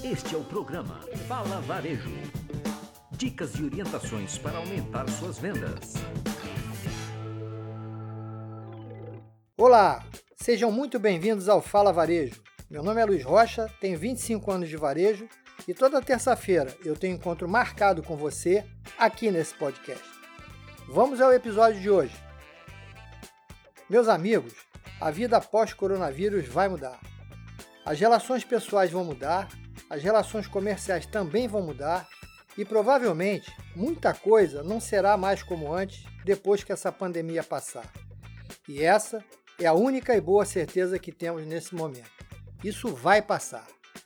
Este é o programa Fala Varejo. Dicas e orientações para aumentar suas vendas. Olá, sejam muito bem-vindos ao Fala Varejo. Meu nome é Luiz Rocha, tenho 25 anos de varejo e toda terça-feira eu tenho encontro marcado com você aqui nesse podcast. Vamos ao episódio de hoje. Meus amigos, a vida após coronavírus vai mudar. As relações pessoais vão mudar, as relações comerciais também vão mudar e provavelmente muita coisa não será mais como antes depois que essa pandemia passar. E essa é a única e boa certeza que temos nesse momento. Isso vai passar.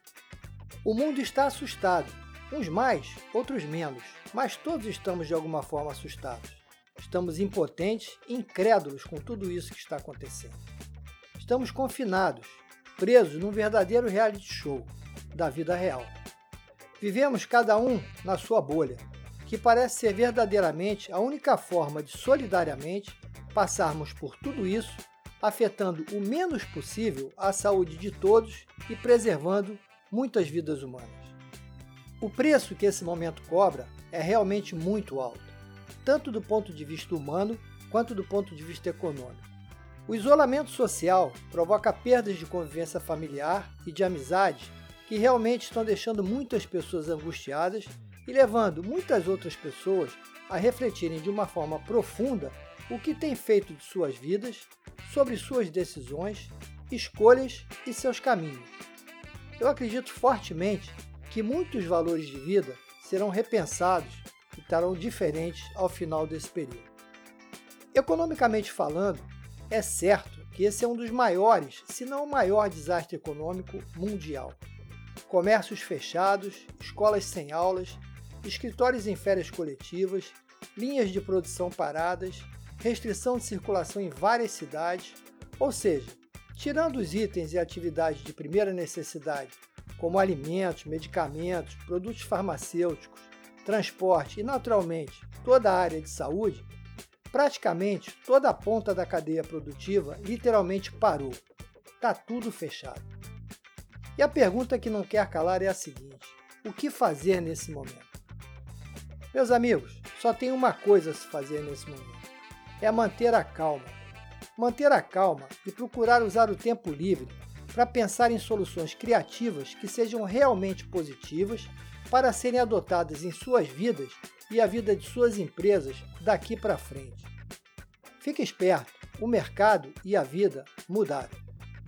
O mundo está assustado, uns mais, outros menos, mas todos estamos de alguma forma assustados. Estamos impotentes e incrédulos com tudo isso que está acontecendo. Estamos confinados, presos num verdadeiro reality show da vida real. Vivemos cada um na sua bolha, que parece ser verdadeiramente a única forma de solidariamente passarmos por tudo isso, afetando o menos possível a saúde de todos e preservando muitas vidas humanas. O preço que esse momento cobra é realmente muito alto, tanto do ponto de vista humano quanto do ponto de vista econômico. O isolamento social provoca perdas de convivência familiar e de amizade que realmente estão deixando muitas pessoas angustiadas e levando muitas outras pessoas a refletirem de uma forma profunda o que tem feito de suas vidas, sobre suas decisões, escolhas e seus caminhos. Eu acredito fortemente que muitos valores de vida serão repensados e estarão diferentes ao final desse período. Economicamente falando, é certo que esse é um dos maiores, se não o maior desastre econômico mundial. Comércios fechados, escolas sem aulas, escritórios em férias coletivas, linhas de produção paradas, restrição de circulação em várias cidades, ou seja, tirando os itens e atividades de primeira necessidade, como alimentos, medicamentos, produtos farmacêuticos, transporte e, naturalmente, toda a área de saúde, praticamente toda a ponta da cadeia produtiva literalmente parou. Está tudo fechado. E a pergunta que não quer calar é a seguinte: o que fazer nesse momento? Meus amigos, só tem uma coisa a se fazer nesse momento: é manter a calma. Manter a calma e procurar usar o tempo livre para pensar em soluções criativas que sejam realmente positivas para serem adotadas em suas vidas e a vida de suas empresas daqui para frente. Fique esperto, o mercado e a vida mudaram.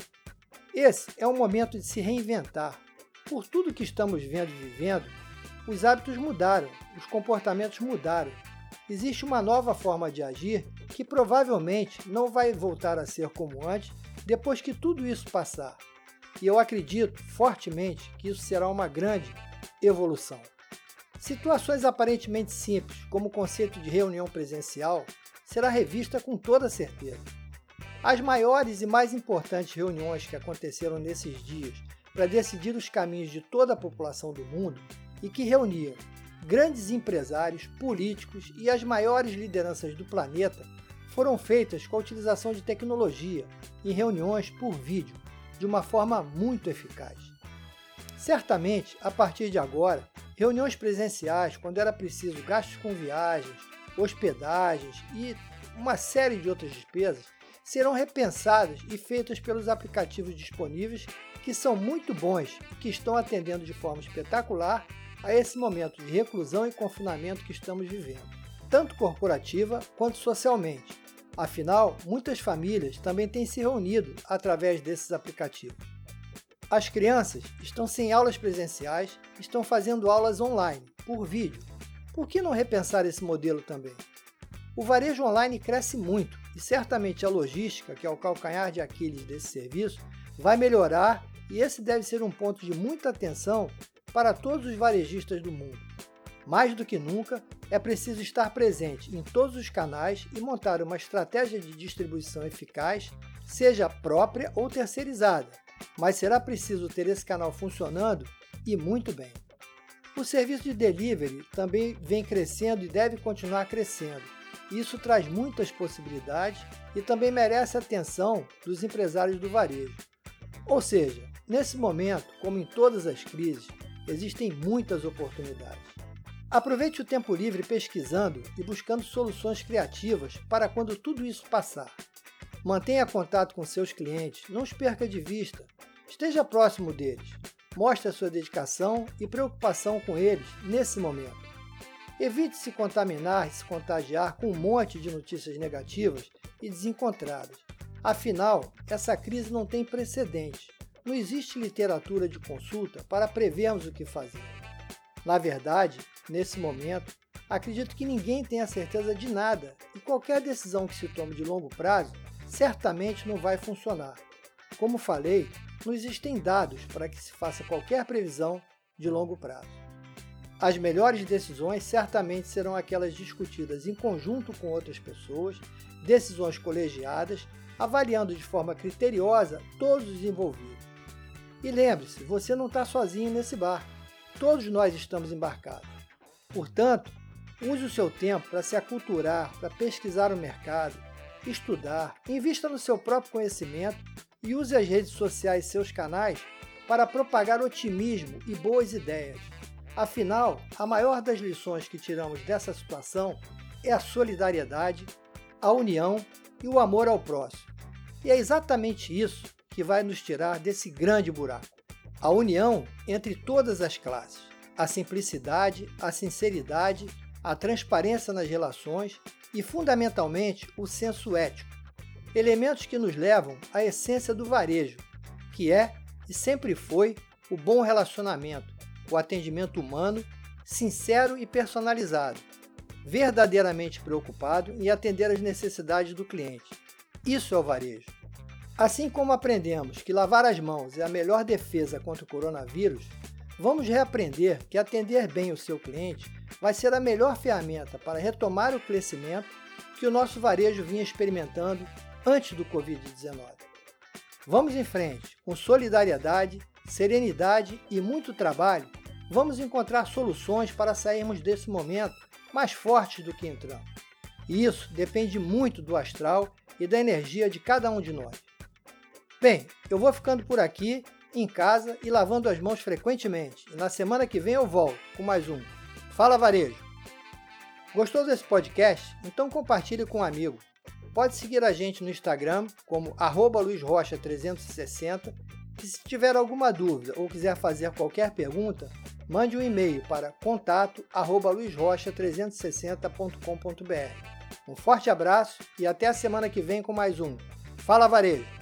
Esse é o momento de se reinventar. Por tudo que estamos vendo e vivendo, os hábitos mudaram, os comportamentos mudaram. Existe uma nova forma de agir que provavelmente não vai voltar a ser como antes depois que tudo isso passar. E eu acredito fortemente que isso será uma grande evolução. Situações aparentemente simples, como o conceito de reunião presencial, será revista com toda certeza. As maiores e mais importantes reuniões que aconteceram nesses dias para decidir os caminhos de toda a população do mundo e que reuniam grandes empresários, políticos e as maiores lideranças do planeta foram feitas com a utilização de tecnologia em reuniões por vídeo, de uma forma muito eficaz. Certamente, a partir de agora, reuniões presenciais, quando era preciso gastos com viagens, hospedagens e uma série de outras despesas, serão repensadas e feitas pelos aplicativos disponíveis que são muito bons e que estão atendendo de forma espetacular a esse momento de reclusão e confinamento que estamos vivendo, tanto corporativa quanto socialmente. Afinal, muitas famílias também têm se reunido através desses aplicativos. As crianças estão sem aulas presenciais, estão fazendo aulas online, por vídeo. Por que não repensar esse modelo também? O varejo online cresce muito e certamente a logística, que é o calcanhar de Aquiles desse serviço, vai melhorar e esse deve ser um ponto de muita atenção para todos os varejistas do mundo. Mais do que nunca, é preciso estar presente em todos os canais e montar uma estratégia de distribuição eficaz, seja própria ou terceirizada, mas será preciso ter esse canal funcionando e muito bem. O serviço de delivery também vem crescendo e deve continuar crescendo. Isso traz muitas possibilidades e também merece a atenção dos empresários do varejo. Ou seja, nesse momento, como em todas as crises, existem muitas oportunidades. Aproveite o tempo livre pesquisando e buscando soluções criativas para quando tudo isso passar. Mantenha contato com seus clientes, não os perca de vista. Esteja próximo deles. Mostre a sua dedicação e preocupação com eles nesse momento. Evite se contaminar e se contagiar com um monte de notícias negativas e desencontradas. Afinal, essa crise não tem precedentes. Não existe literatura de consulta para prevermos o que fazer. Na verdade, nesse momento, acredito que ninguém tenha certeza de nada e qualquer decisão que se tome de longo prazo certamente não vai funcionar. Como falei, não existem dados para que se faça qualquer previsão de longo prazo. As melhores decisões certamente serão aquelas discutidas em conjunto com outras pessoas, decisões colegiadas, avaliando de forma criteriosa todos os envolvidos. E lembre-se, você não está sozinho nesse barco. Todos nós estamos embarcados. Portanto, use o seu tempo para se aculturar, para pesquisar o mercado, estudar, invista no seu próprio conhecimento e use as redes sociais e seus canais para propagar otimismo e boas ideias. Afinal, a maior das lições que tiramos dessa situação é a solidariedade, a união e o amor ao próximo. E é exatamente isso que vai nos tirar desse grande buraco. A união entre todas as classes, a simplicidade, a sinceridade, a transparência nas relações e, fundamentalmente, o senso ético. Elementos que nos levam à essência do varejo, que é e sempre foi o bom relacionamento, o atendimento humano, sincero e personalizado, verdadeiramente preocupado em atender às necessidades do cliente. Isso é o varejo. Assim como aprendemos que lavar as mãos é a melhor defesa contra o coronavírus, vamos reaprender que atender bem o seu cliente vai ser a melhor ferramenta para retomar o crescimento que o nosso varejo vinha experimentando antes do Covid-19. Vamos em frente, com solidariedade, serenidade e muito trabalho, vamos encontrar soluções para sairmos desse momento mais fortes do que entramos. E isso depende muito do astral e da energia de cada um de nós. Bem, eu vou ficando por aqui, em casa e lavando as mãos frequentemente. E na semana que vem eu volto com mais um Fala Varejo. Gostou desse podcast? Então compartilhe com um amigo. Pode seguir a gente no Instagram como @luizrocha360 e se tiver alguma dúvida ou quiser fazer qualquer pergunta, mande um e-mail para contato@luizrocha360.com.br. Um forte abraço e até a semana que vem com mais um Fala Varejo.